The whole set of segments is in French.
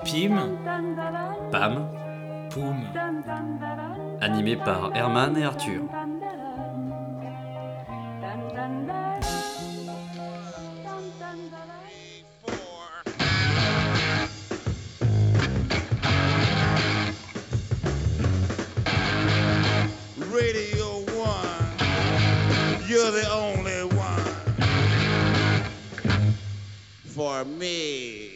Pim, Pam, Poum. Animé par Herman et Arthur. Radio One, you're the only one for me.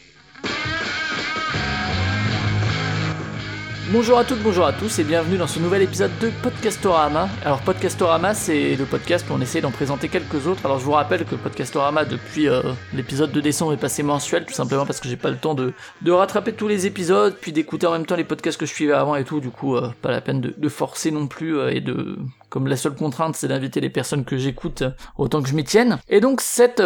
Bonjour à toutes, bonjour à tous et bienvenue dans ce nouvel épisode de Podcastorama. Alors Podcastorama, c'est le podcast où on essaye d'en présenter quelques autres. Alors je vous rappelle que Podcastorama depuis l'épisode de décembre est passé mensuel, tout simplement parce que j'ai pas le temps de rattraper tous les épisodes, puis d'écouter en même temps les podcasts que je suivais avant et tout, du coup pas la peine de forcer non plus et de... Comme la seule contrainte c'est d'inviter les personnes que j'écoute autant que je m'y tienne. Et donc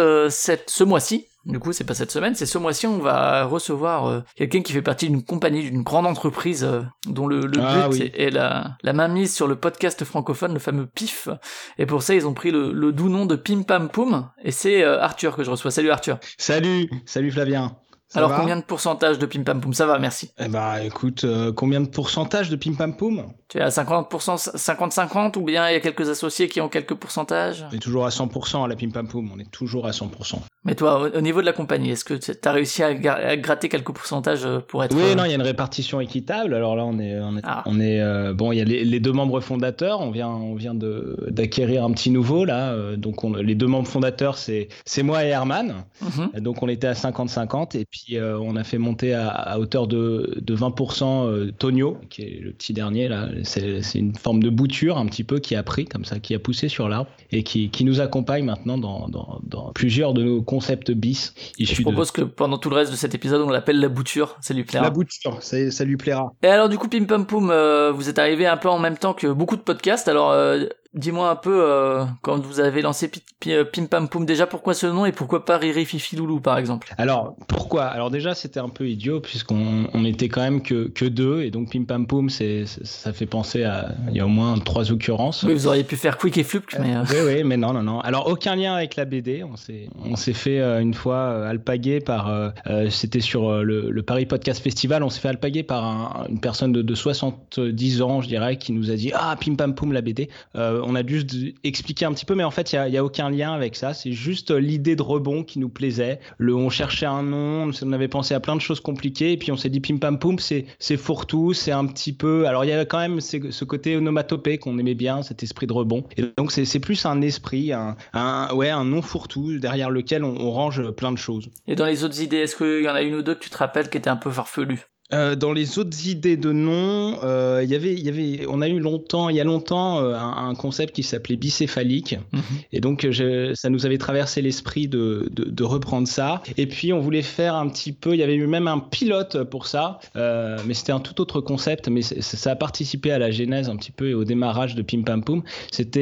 ce mois-ci, du coup, c'est pas cette semaine, c'est ce mois-ci, on va recevoir quelqu'un qui fait partie d'une compagnie, d'une grande entreprise dont le but est la mainmise sur le podcast francophone, le fameux PIF. Et pour ça, ils ont pris le doux nom de Pim Pam Poum. Et c'est Arthur que je reçois. Salut Arthur. Salut Flavien. Alors combien de pourcentage de Pim Pam Poum? Ça va, merci. Eh bah écoute, combien de pourcentage de Pim Pam Poum? Tu es à 50%, 50-50 ou bien il y a quelques associés qui ont quelques pourcentages? On est toujours à 100% à la Pim Pam Poum, on est toujours à 100%. Mais toi, au niveau de la compagnie, est-ce que t'as réussi à gratter quelques pourcentages pour être... Oui, non, il y a une répartition équitable. Alors là, on est bon, il y a les deux membres fondateurs, on vient d'acquérir un petit nouveau là, donc les deux membres fondateurs, c'est moi et Herman. Mm-hmm. Donc on était à 50-50 et puis on a fait monter à hauteur de 20% Tonio, qui est le petit dernier là. C'est une forme de bouture un petit peu qui a pris comme ça, qui a poussé sur l'arbre et qui nous accompagne maintenant dans plusieurs de nos concepts bis. Je propose que pendant tout le reste de cet épisode, on l'appelle la bouture, ça lui plaira. La bouture, ça lui plaira. Et alors du coup, Pim Pam Poum, vous êtes arrivé un peu en même temps que beaucoup de podcasts, alors... Dis-moi un peu, quand vous avez lancé Pim Pam Poum, déjà pourquoi ce nom et pourquoi pas Riri Fifi Loulou par exemple? Alors pourquoi? Alors déjà c'était un peu idiot puisqu'on était quand même que deux et donc Pim Pam Poum ça fait penser à il y a au moins 3 occurrences. Oui, vous auriez pu faire Quick et Flupk mais oui mais non. Alors aucun lien avec la BD, on s'est fait une fois alpaguer par c'était sur le Paris Podcast Festival, on s'est fait alpaguer par une personne de 70 ans je dirais qui nous a dit Pim Pam Poum la BD. On a juste expliqué un petit peu, mais en fait, il y a aucun lien avec ça. C'est juste l'idée de rebond qui nous plaisait. On cherchait un nom, on avait pensé à plein de choses compliquées, et puis on s'est dit Pim Pam Poum, c'est fourre-tout, c'est un petit peu... Alors, il y avait quand même ce côté onomatopée qu'on aimait bien, cet esprit de rebond. Et donc, c'est plus un esprit, un nom fourre-tout derrière lequel on range plein de choses. Et dans les autres idées, est-ce qu'il y en a une ou deux que tu te rappelles qui étaient un peu farfelues? Dans les autres idées de noms, on a eu il y a longtemps un concept qui s'appelait bicéphalique, et donc ça nous avait traversé l'esprit de reprendre ça. Et puis on voulait faire un petit peu, il y avait eu même un pilote pour ça, mais c'était un tout autre concept, mais ça a participé à la genèse un petit peu et au démarrage de Pim Pam Poum.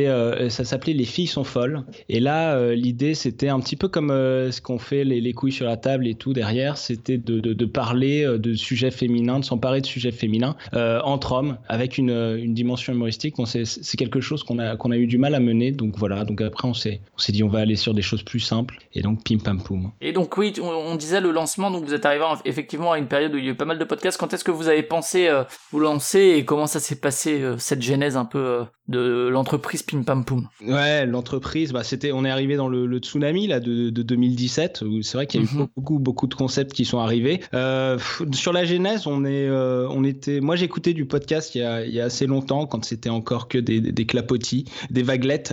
Ça s'appelait Les filles sont folles. Et là l'idée c'était un petit peu comme ce qu'on fait les couilles sur la table et tout derrière, c'était de parler de sujets féminin, de s'emparer de sujets féminins entre hommes avec une dimension humoristique. Bon, c'est quelque chose qu'on a eu du mal à mener, donc voilà. Donc après on s'est dit on va aller sur des choses plus simples et donc Pim Pam Poum. Et donc oui, on disait le lancement, donc vous êtes arrivé effectivement à une période où il y a eu pas mal de podcasts. Quand est-ce que vous avez pensé vous lancer et comment ça s'est passé cette genèse un peu de l'entreprise Pim Pam Poum? Ouais, l'entreprise, on est arrivé dans le tsunami là de 2017 où c'est vrai qu'il y a eu beaucoup de concepts qui sont arrivés. Sur la genèse, moi j'écoutais du podcast il y a assez longtemps quand c'était encore que des clapotis, des vaguelettes.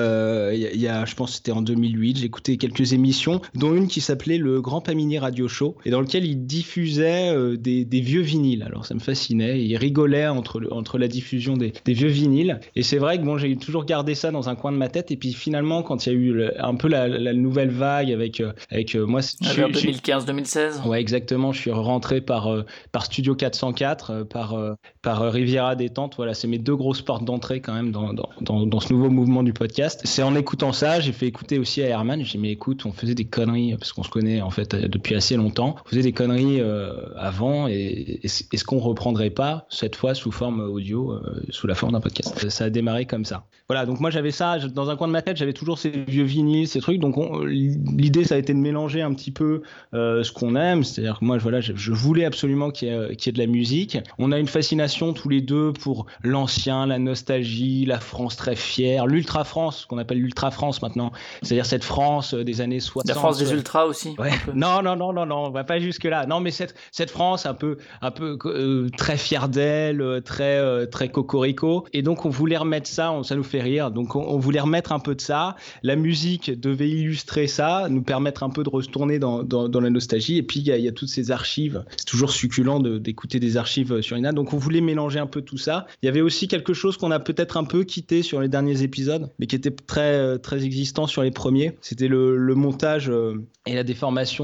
Je pense que c'était en 2008, j'écoutais quelques émissions, dont une qui s'appelait le Grand Pamini Radio Show et dans lequel il diffusait des vieux vinyles. Alors ça me fascinait, il rigolait entre la diffusion des vieux vinyles et c'est vrai que j'ai toujours gardé ça dans un coin de ma tête et puis finalement quand il y a eu un peu la nouvelle vague avec moi, vers 2015-2016. Ouais, exactement, je suis rentré par Studio 404, par Riviera Détente. Voilà, c'est mes deux grosses portes d'entrée quand même dans ce nouveau mouvement du podcast. C'est en écoutant ça, j'ai fait écouter aussi à Herman. J'ai dit mais écoute, on faisait des conneries parce qu'on se connaît en fait depuis assez longtemps. On faisait des conneries avant et est-ce qu'on reprendrait pas cette fois sous forme audio, sous la forme d'un podcast? Ça démarré comme ça. Voilà, donc moi j'avais ça dans un coin de ma tête, j'avais toujours ces vieux vinyles, ces trucs. Donc l'idée ça a été de mélanger un petit peu ce qu'on aime, c'est-à-dire que moi je voulais absolument qu'il y ait de la musique. On a une fascination tous les deux pour l'ancien, la nostalgie, la France très fière, l'ultra France, ce qu'on appelle l'ultra France maintenant, c'est-à-dire cette France des années 60. La France des ultras aussi. Ouais. Non, on va pas jusque là. Non, mais cette France un peu très fière d'elle, très cocorico. Et donc on voulait remettre ça, ça nous fait rire. Donc on voulait remettre un peu de ça. La musique devait illustrer ça, nous permettre un peu de retourner dans la nostalgie. Et puis il y a toutes ces archives. C'est toujours succulent d'écouter des archives sur Ina. Donc on voulait mélanger un peu tout ça. Il y avait aussi quelque chose qu'on a peut-être un peu quitté sur les derniers épisodes, mais qui était très très existant sur les premiers. C'était le montage et la déformation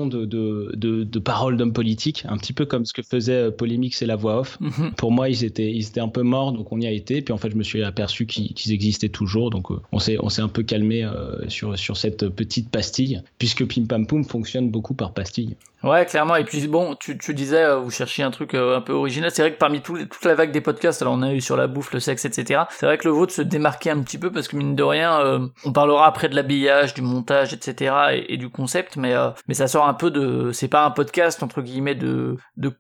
de paroles d'hommes politiques, un petit peu comme ce que faisait Polémix et la voix off. Pour moi, ils étaient un peu morts, donc on y a été. Puis en fait, je me suis aperçu qu'ils existaient toujours, donc on s'est un peu calmé sur cette petite pastille, puisque Pim Pam Poum fonctionne beaucoup par pastille. Ouais, clairement. Et puis bon, tu disais, vous cherchiez un truc un peu original. C'est vrai que parmi toute la vague des podcasts, alors on a eu sur la bouffe, le sexe, etc. C'est vrai que le vôtre se démarquait un petit peu parce que mine de rien, on parlera après de l'habillage, du montage, etc. et du concept, mais ça sort un peu c'est pas un podcast entre guillemets de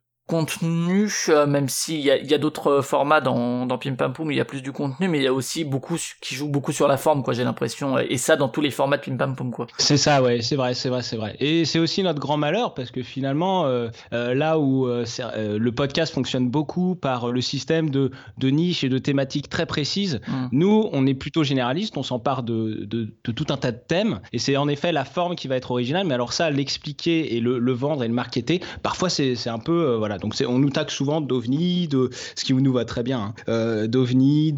contenu, même s'il y a d'autres formats dans Pim Pam Poum, il y a plus du contenu, mais il y a aussi beaucoup qui jouent beaucoup sur la forme, quoi, j'ai l'impression, et ça dans tous les formats de Pim Pam Poum, quoi. C'est ça, ouais, c'est vrai. Et c'est aussi notre grand malheur, parce que finalement, là où le podcast fonctionne beaucoup par le système de niche et de thématiques très précises, nous, on est plutôt généraliste, on s'empare de tout un tas de thèmes, et c'est en effet la forme qui va être originale, mais alors ça, l'expliquer et le vendre et le marketer, parfois c'est un peu, voilà. Donc on nous taxe souvent d'ovnis, ce qui nous va très bien, d'ovnis,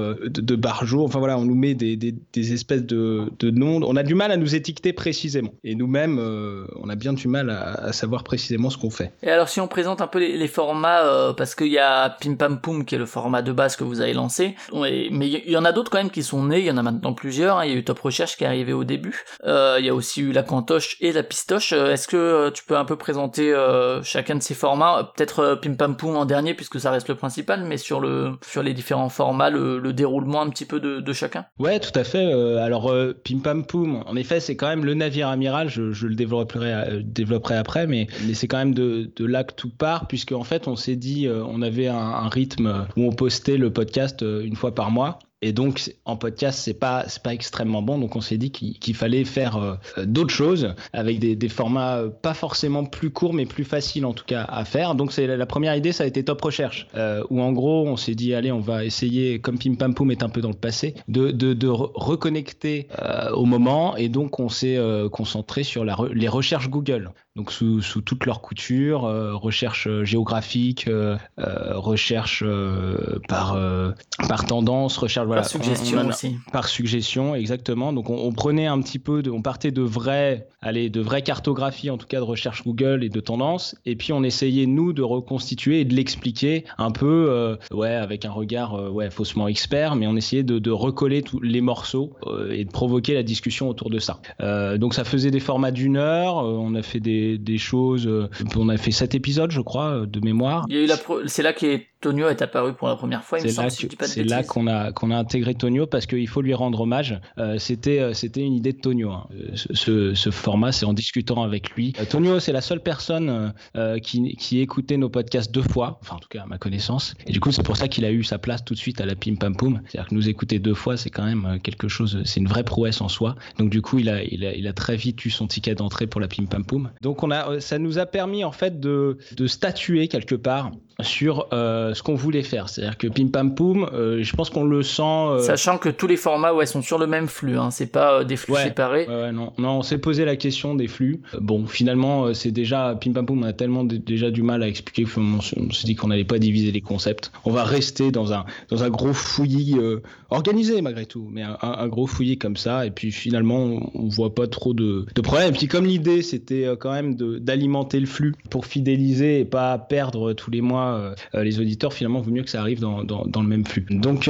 de barjots. Enfin voilà, on nous met des espèces de noms. On a du mal à nous étiqueter précisément. Et nous-mêmes, on a bien du mal à savoir précisément ce qu'on fait. Et alors si on présente un peu les formats, parce qu'il y a Pim Pam Poum qui est le format de base que vous avez lancé, mais il y en a d'autres quand même qui sont nés. Il y en a maintenant plusieurs. Il y a eu Top Recherche qui est arrivé au début. Il y a aussi eu la Cantoche et la Pistoche. Est-ce que tu peux un peu présenter chacun de ces formats? Peut-être Pim Pam Poum en dernier puisque ça reste le principal, mais sur les différents formats, le déroulement un petit peu de chacun. Ouais, tout à fait. Alors Pim Pam Poum, en effet, c'est quand même le navire amiral. Je le développerai après, mais c'est quand même de là que tout part, puisque en fait, on s'est dit, on avait un rythme où on postait le podcast une fois par mois. Et donc, en podcast, c'est pas extrêmement bon. Donc, on s'est dit qu'il fallait faire d'autres choses avec des formats pas forcément plus courts, mais plus faciles en tout cas à faire. Donc, la première idée, ça a été Top Recherche, où en gros, on s'est dit, allez, on va essayer, comme Pim Pam Poum est un peu dans le passé, de reconnecter au moment. Et donc, on s'est concentré sur les recherches Google. Donc, sous toutes leurs coutures, recherche géographique, recherche par tendance, recherche par suggestion aussi. Par suggestion, exactement. Donc on prenait un petit peu, on partait de vraies cartographies, en tout cas de recherche Google et de tendance, et puis on essayait nous de reconstituer et de l'expliquer un peu, avec un regard faussement expert, mais on essayait de recoller tous les morceaux et de provoquer la discussion autour de ça. Donc ça faisait des formats d'1 heure, on a fait des choses, on a fait 7 épisodes, je crois, de mémoire. Il y a eu c'est là Tonio est apparu pour la première fois, il me semble, si je dis pas de bêtises. C'est là qu'on a intégré Tonio parce qu'il faut lui rendre hommage. C'était une idée de Tonio. Hein. Ce format, c'est en discutant avec lui. Tonio, c'est la seule personne qui écoutait nos podcasts 2 fois, enfin en tout cas à ma connaissance. Et du coup, c'est pour ça qu'il a eu sa place tout de suite à la Pim Pam Poum. C'est-à-dire que nous écouter 2 fois, c'est quand même quelque chose. C'est une vraie prouesse en soi. Donc du coup, il a très vite eu son ticket d'entrée pour la Pim Pam Poum. Donc ça nous a permis en fait de statuer quelque part sur ce qu'on voulait faire. C'est-à-dire que Pim Pam Poum, je pense qu'on le sent... Sachant que tous les formats sont sur le même flux, hein, c'est pas des flux séparés. Non, on s'est posé la question des flux. Bon, finalement, c'est déjà... Pim Pam Poum, on a tellement déjà du mal à expliquer qu'on s'est dit qu'on n'allait pas diviser les concepts. On va rester dans un gros fouillis organisé malgré tout, mais un gros fouillis comme ça, et puis finalement, on voit pas trop de problèmes. Et puis comme l'idée, c'était quand même même d'alimenter le flux pour fidéliser et pas perdre tous les mois les auditeurs. Finalement, il vaut mieux que ça arrive dans le même flux. Donc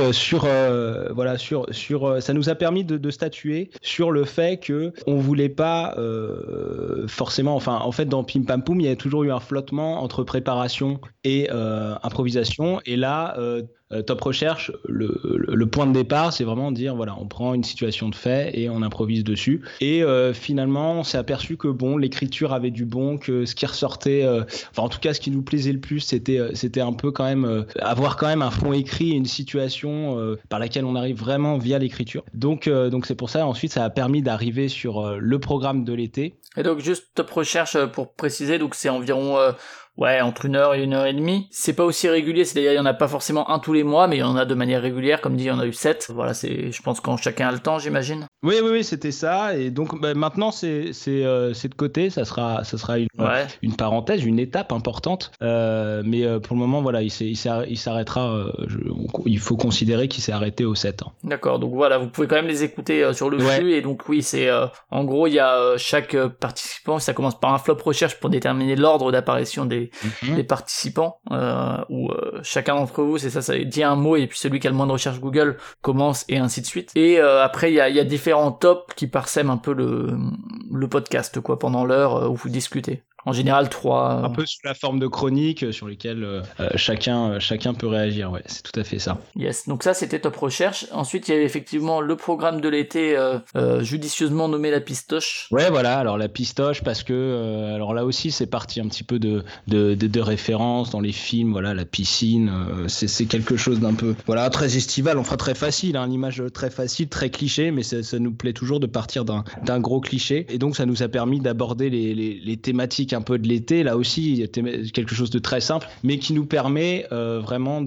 ça nous a permis de statuer sur le fait que on voulait pas forcément, enfin en fait dans Pim Pam Poum, il y a toujours eu un flottement entre préparation et improvisation, et là Top Recherche, le point de départ, c'est vraiment de dire voilà, on prend une situation de fait et on improvise dessus. Et finalement, on s'est aperçu que bon, l'écriture avait du bon, que ce qui ressortait, enfin en tout cas, ce qui nous plaisait le plus, c'était un peu quand même avoir quand même un fond écrit, une situation par laquelle on arrive vraiment via l'écriture. Donc c'est pour ça. Ensuite, ça a permis d'arriver sur le programme de l'été. Et donc juste Top Recherche pour préciser, donc c'est environ entre 1 heure et 1 heure et demie. C'est pas aussi régulier, c'est-à-dire il y en a pas forcément un tous les mois, mais il y en a de manière régulière, comme dit, il y en a eu 7. Voilà, c'est, je pense, quand chacun a le temps, j'imagine. Oui, c'était ça. Et donc maintenant c'est de côté, ça sera une parenthèse, une étape importante. Mais pour le moment, voilà, il s'arrêtera. Il faut considérer qu'il s'est arrêté au 7 ans. D'accord, donc voilà, vous pouvez quand même les écouter sur le flux. Et donc oui, c'est en gros, il y a chaque participant, ça commence par un flop recherche pour déterminer l'ordre d'apparition des participants, où chacun d'entre vous, c'est ça dit un mot, et puis celui qui a le moins de recherche Google commence, et ainsi de suite. Et après, il y a différents tops qui parsèment un peu le podcast, quoi, pendant l'heure où vous discutez. En général, 3... Un peu sous la forme de chroniques sur lesquelles chacun peut réagir, ouais, c'est tout à fait ça. Yes, donc ça, c'était Top Recherche. Ensuite, il y avait effectivement le programme de l'été, judicieusement nommé La Pistoche. Ouais, voilà, alors La Pistoche, parce que, alors là aussi, c'est parti un petit peu de référence dans les films, voilà, la piscine, c'est quelque chose d'un peu, voilà, très estival, enfin très facile, hein, l'image très facile, très cliché, mais ça nous plaît toujours de partir d'un gros cliché, et donc ça nous a permis d'aborder les thématiques un peu de l'été, là aussi quelque chose de très simple, mais qui nous permet vraiment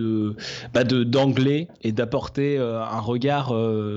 d'angler et d'apporter un regard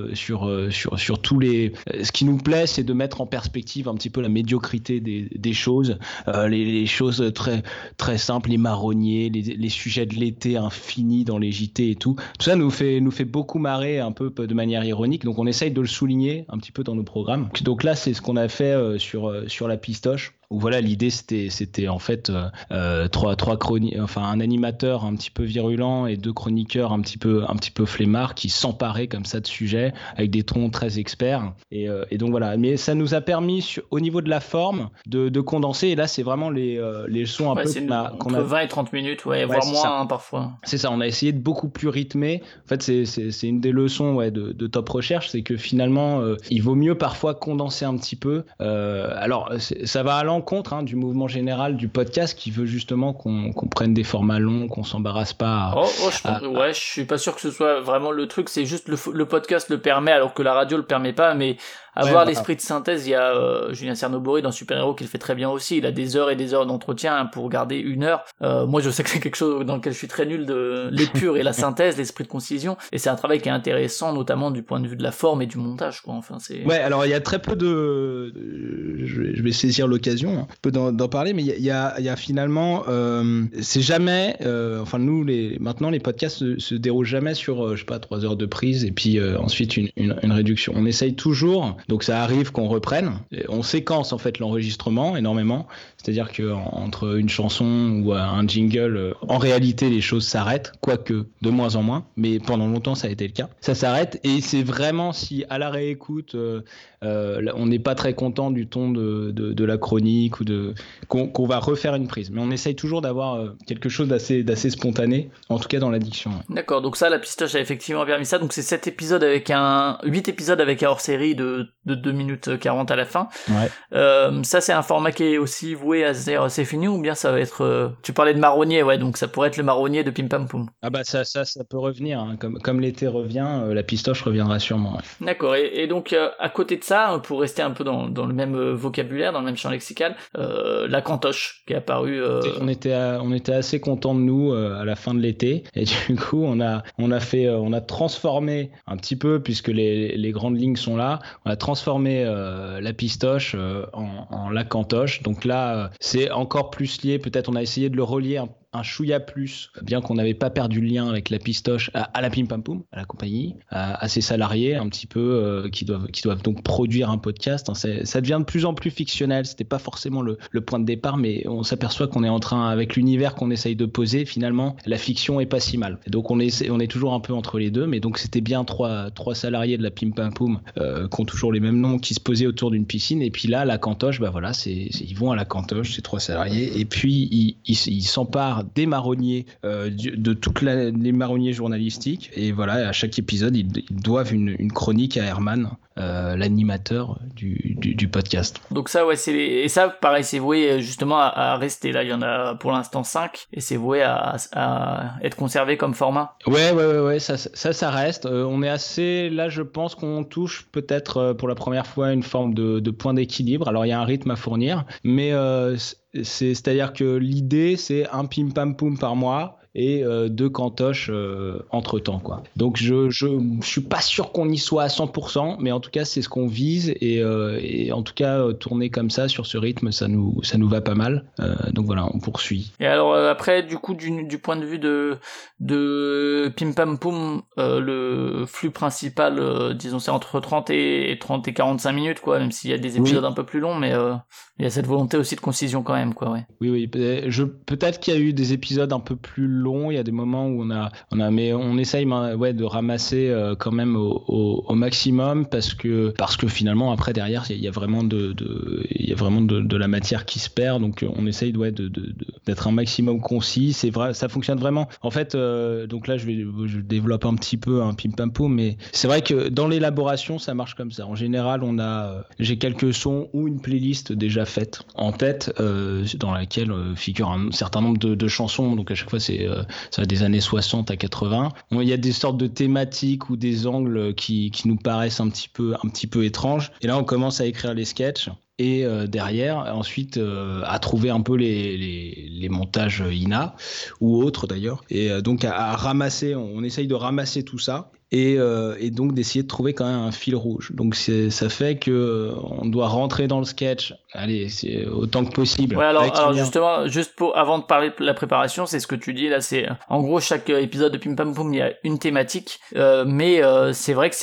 sur tous les... Ce qui nous plaît, c'est de mettre en perspective un petit peu la médiocrité des choses, les choses très, très simples, les marronniers, les sujets de l'été infinis dans les JT et tout. Tout ça nous fait beaucoup marrer un peu de manière ironique, donc on essaye de le souligner un petit peu dans nos programmes. Donc là, c'est ce qu'on a fait sur La Pistoche. Où voilà, l'idée c'était en fait trois enfin un animateur un petit peu virulent et 2 chroniqueurs un petit peu flemmards qui s'emparaient comme ça de sujets avec des tons très experts, et donc voilà. Mais ça nous a permis au niveau de la forme de condenser, et là c'est vraiment les leçons un peu qu'on a 20 et 30 minutes, voire moins parfois. C'est ça, on a essayé de beaucoup plus rythmer. En fait, c'est une des leçons de Top Recherche, c'est que finalement il vaut mieux parfois condenser un petit peu. Alors ça va à l'encontre du mouvement général du podcast qui veut justement qu'on prenne des formats longs, qu'on s'embarrasse pas. Je suis pas sûr que ce soit vraiment le truc. C'est juste le podcast le permet, alors que la radio le permet pas. Mais avoir l'esprit de synthèse, il y a Julien Cernobori dans Super Héros qui le fait très bien aussi. Il a des heures et des heures d'entretien pour garder 1 heure. Moi, je sais que c'est quelque chose dans lequel je suis très nul, de l'épure et la synthèse, l'esprit de concision. Et c'est un travail qui est intéressant, notamment du point de vue de la forme et du montage, quoi. Enfin, c'est... Ouais, alors il y a très peu de... Je vais saisir l'occasion un peu d'en parler, mais il y a finalement... c'est jamais... enfin, nous, maintenant, les podcasts se déroulent jamais sur, 3 heures de prise et puis ensuite une réduction. On essaye toujours... Donc ça arrive qu'on reprenne. On séquence en fait l'enregistrement énormément. C'est-à-dire qu'entre une chanson ou un jingle, en réalité les choses s'arrêtent, quoique de moins en moins. Mais pendant longtemps ça a été le cas. Ça s'arrête, et c'est vraiment si à la réécoute on n'est pas très content du ton de la chronique ou qu'on va refaire une prise. Mais on essaye toujours d'avoir quelque chose d'assez spontané, en tout cas dans la diction. Ouais. D'accord, donc ça, La Pistoche a effectivement permis ça. Donc c'est 8 épisodes avec un hors-série de 2 minutes 40 à la fin. Ouais. Ça, c'est un format qui est aussi voué à se dire c'est fini, ou bien ça va être... Tu parlais de marronnier, ouais, donc ça pourrait être le marronnier de Pim Pam Poum. Ah bah ça peut revenir, hein. Comme l'été revient, La Pistoche reviendra sûrement. Ouais. D'accord, et donc à côté de ça, pour rester un peu dans le même vocabulaire, dans le même champ lexical, la cantoche qui est apparue... On était assez contents de nous à la fin de l'été, et du coup on a transformé un petit peu, puisque les grandes lignes sont là, on a transformé La Pistoche en La Cantoche. Donc là c'est encore plus lié, peut-être on a essayé de le relier un chouïa plus, bien qu'on n'avait pas perdu le lien avec la pistoche, à la Pim Pam Poum, à la compagnie, à ses salariés un petit peu qui doivent donc produire un podcast. Ça devient de plus en plus fictionnel. C'était pas forcément le point de départ, mais on s'aperçoit qu'on est en train, avec l'univers qu'on essaye de poser, finalement, la fiction est pas si mal. Et donc on est toujours un peu entre les deux, mais donc c'était bien trois salariés de la Pim Pam Poum qui ont toujours les mêmes noms, qui se posaient autour d'une piscine. Et puis là, la cantoche, bah voilà, ils vont à la cantoche, ces 3 salariés, et puis ils s'emparent des marronniers, de toutes les marronniers journalistiques. Et voilà, à chaque épisode, ils doivent une chronique à Herman, l'animateur du podcast. Donc ça, ouais, et ça, pareil, c'est voué justement à rester là. Il y en a pour l'instant 5 et c'est voué à être conservé comme format. Ouais, ça reste. On est assez, là, je pense qu'on touche peut-être pour la première fois une forme de point d'équilibre. Alors, il y a un rythme à fournir, mais c'est-à-dire que l'idée, c'est un Pim Pam Poum par mois et 2 cantoches entre temps, quoi. Donc je suis pas sûr qu'on y soit à 100%, mais en tout cas c'est ce qu'on vise, et en tout cas tourner comme ça sur ce rythme, ça nous va pas mal. Donc voilà, on poursuit. Et alors après, du coup, du point de vue de Pim Pam Poum, le flux principal, disons, c'est entre 30 et 45 minutes, quoi, même s'il y a des épisodes un peu plus longs, mais il y a cette volonté aussi de concision quand même, quoi, ouais. Oui, peut-être qu'il y a eu des épisodes un peu plus longs, il y a des moments où mais on essaye de ramasser quand même au maximum, parce que finalement après derrière il y a vraiment de la matière qui se perd, donc on essaye d'être un maximum concis. C'est vrai, ça fonctionne vraiment. En fait, donc là je développe un petit peu un Pim Pam Poum, mais c'est vrai que dans l'élaboration ça marche comme ça. En général, j'ai quelques sons ou une playlist déjà faite en tête, dans laquelle figure un certain nombre de chansons, donc à chaque fois ça va des années 60 à 80. Il y a des sortes de thématiques ou des angles qui nous paraissent un petit peu étranges, et là on commence à écrire les sketchs. Et derrière, ensuite, à trouver un peu les montages INA ou autres d'ailleurs, et donc à ramasser, on essaye de ramasser tout ça. Et donc d'essayer de trouver quand même un fil rouge. Donc ça fait que on doit rentrer dans le sketch, c'est autant que possible. Ouais, alors justement, avant de parler de la préparation, c'est ce que tu dis là, c'est en gros chaque épisode de Pim Pam Poum, il y a une thématique, mais c'est vrai que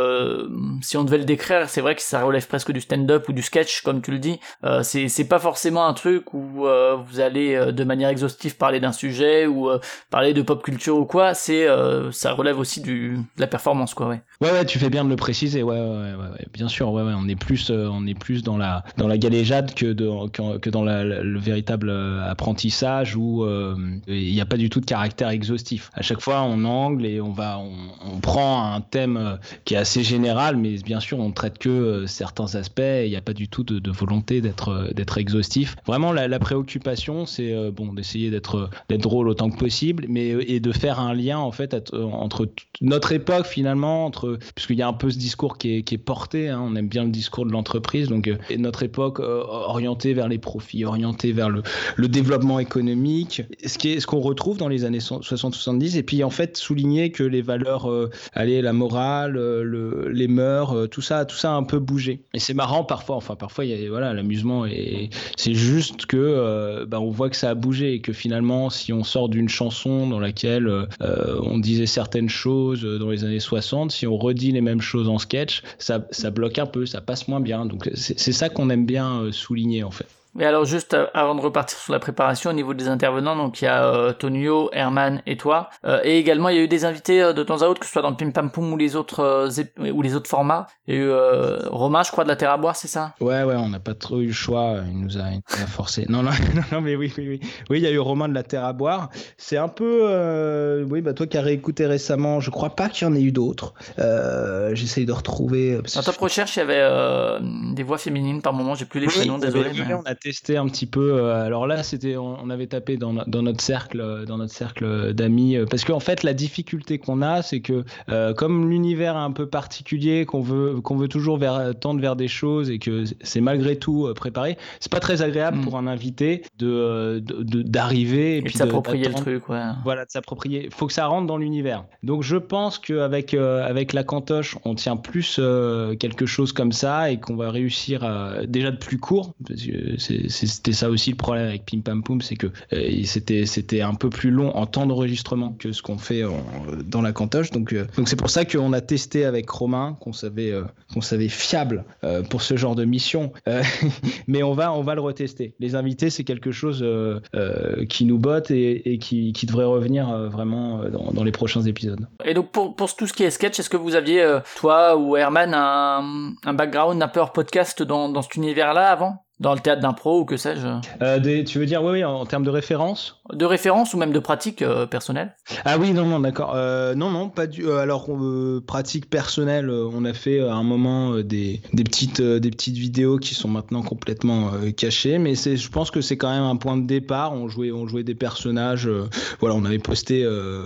si on devait le décrire, c'est vrai que ça relève presque du stand-up ou du sketch, comme tu le dis. C'est pas forcément un truc où vous allez de manière exhaustive parler d'un sujet ou parler de pop culture ou quoi. Ça relève aussi de la performance, quoi. Ouais, tu fais bien de le préciser. Ouais, bien sûr. Ouais, on est plus dans la galéjade que dans le véritable apprentissage, où il n'y a pas du tout de caractère exhaustif. À chaque fois, on angle et on prend un thème qui est assez général, mais bien sûr, on traite que certains aspects. Il n'y a pas du tout de volonté d'être exhaustif. Vraiment, la préoccupation, c'est d'essayer d'être drôle autant que possible, et de faire un lien en fait entre notre époque finalement, puisqu'il y a un peu ce discours qui est porté, hein, on aime bien le discours de l'entreprise, donc et notre époque orientée vers les profits, orientée vers le développement économique, ce qu'on retrouve dans les années 60-70, et puis en fait souligner que les valeurs, la morale, les mœurs, tout ça a un peu bougé. Et c'est marrant parfois il y a, l'amusement, et c'est juste que on voit que ça a bougé, et que finalement si on sort d'une chanson dans laquelle on disait certaines choses dans les années 60, si on redit les mêmes choses en sketch, ça bloque un peu, ça passe moins bien. Donc c'est ça qu'on aime bien souligner en fait. Mais alors juste avant de repartir sur la préparation, au niveau des intervenants, donc il y a Tonio, Herman et toi, et également il y a eu des invités de temps à autre, que ce soit dans Pim Pam Poum ou les autres formats. Il y a eu Romain, je crois, de la Terre à boire, c'est ça? Ouais, on n'a pas trop eu le choix, il nous a forcé. Non, mais oui, il y a eu Romain de la Terre à boire. C'est un peu, toi qui as réécouté récemment, je crois pas qu'il y en ait eu d'autres. J'essaye de retrouver. Dans Top Recherche, il y avait des voix féminines par moment, j'ai plus les prénoms, désolé. On a testé un petit peu. Alors là, on avait tapé dans notre cercle d'amis, parce qu'en fait, la difficulté qu'on a, c'est que comme l'univers est un peu particulier, qu'on veut toujours tendre vers des choses, et que c'est malgré tout préparé, c'est pas très agréable pour un invité d'arriver et puis de s'approprier le truc. Ouais. Voilà, de s'approprier. Faut que ça rentre dans l'univers. Donc je pense qu'avec la cantoche, on tient plus quelque chose comme ça, et qu'on va réussir déjà de plus court, parce que c'était ça aussi le problème avec Pim Pam Poum, c'est que c'était un peu plus long en temps d'enregistrement que ce qu'on fait dans la cantoche. Donc c'est pour ça qu'on a testé avec Romain, qu'on savait fiable pour ce genre de mission. Mais on va le retester. Les invités, c'est quelque chose qui nous botte et qui devrait revenir vraiment dans les prochains épisodes. Et donc pour tout ce qui est sketch, est-ce que vous aviez, toi ou Herman, un background un peu hors podcast dans cet univers-là avant ? Dans le théâtre d'impro ou que sais-je Tu veux dire, oui, en termes de référence ? De référence ou même de pratique personnelle ? Ah oui, non, d'accord. Non, pas du. Alors, pratique personnelle, on a fait à un moment des petites vidéos qui sont maintenant complètement cachées, mais je pense que c'est quand même un point de départ. On jouait des personnages. Voilà, on avait posté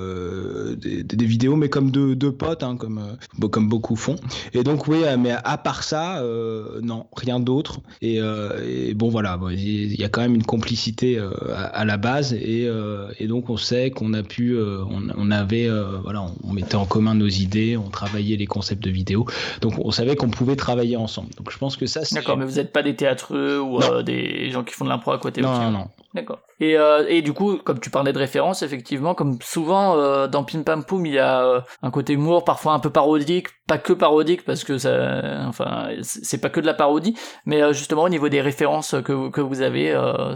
des vidéos, mais comme deux potes, hein, comme beaucoup font. Et donc oui, mais à part ça, non, rien d'autre. Et bon voilà, il y a quand même une complicité à la base et donc on sait qu'on a pu, on avait voilà, on mettait en commun nos idées, on travaillait les concepts de vidéo, donc on savait qu'on pouvait travailler ensemble. Donc je pense que ça. D'accord, mais vous n'êtes pas des théâtreux ou des gens qui font de l'impro à côté. Non. D'accord. Et du coup, comme tu parlais de référence, effectivement, comme souvent dans Pim Pam Poum, il y a un côté humour, parfois un peu parodique, pas que parodique parce que c'est pas que de la parodie, mais justement au niveau des références que vous avez,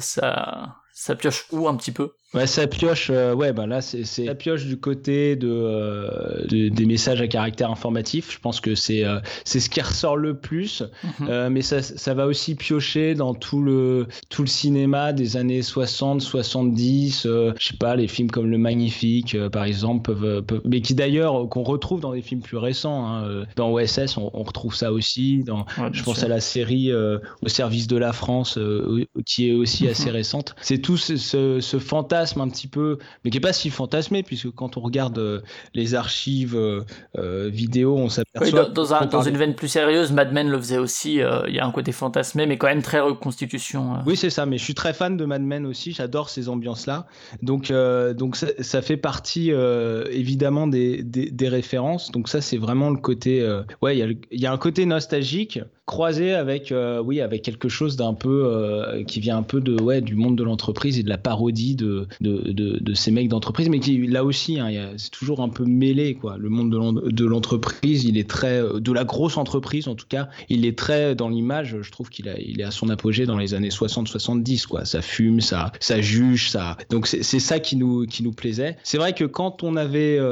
ça pioche où un petit peu? Ouais, ça pioche. Là, c'est ça pioche du côté des messages à caractère informatif. Je pense que c'est ce qui ressort le plus. Mais ça va aussi piocher dans tout le cinéma des années 60, 70. Je sais pas, les films comme Le Magnifique, par exemple, mais qui d'ailleurs qu'on retrouve dans des films plus récents. Hein. Dans OSS, on retrouve ça aussi. Je pense à la série Au service de la France, qui est aussi assez récente. C'est tout ce fantasme un petit peu, mais qui est pas si fantasmé, puisque quand on regarde les archives vidéo, on s'aperçoit... Oui, dans une veine plus sérieuse, Mad Men le faisait aussi, il y a un côté fantasmé, mais quand même très reconstitution. Oui, c'est ça, mais je suis très fan de Mad Men aussi, j'adore ces ambiances-là, donc ça fait partie évidemment des références, donc ça c'est vraiment le côté... il y a un côté nostalgique, croisé avec quelque chose d'un peu qui vient un peu du monde de l'entreprise et de la parodie de ces mecs d'entreprise, mais qui là aussi c'est toujours un peu mêlé quoi. Le monde de l'entreprise, il est très de la grosse entreprise en tout cas, il est très dans l'image. Je trouve il est à son apogée dans les années 60-70 quoi. Ça fume, ça juge, ça. Donc c'est ça qui nous plaisait. C'est vrai que quand on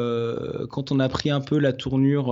a pris un peu la tournure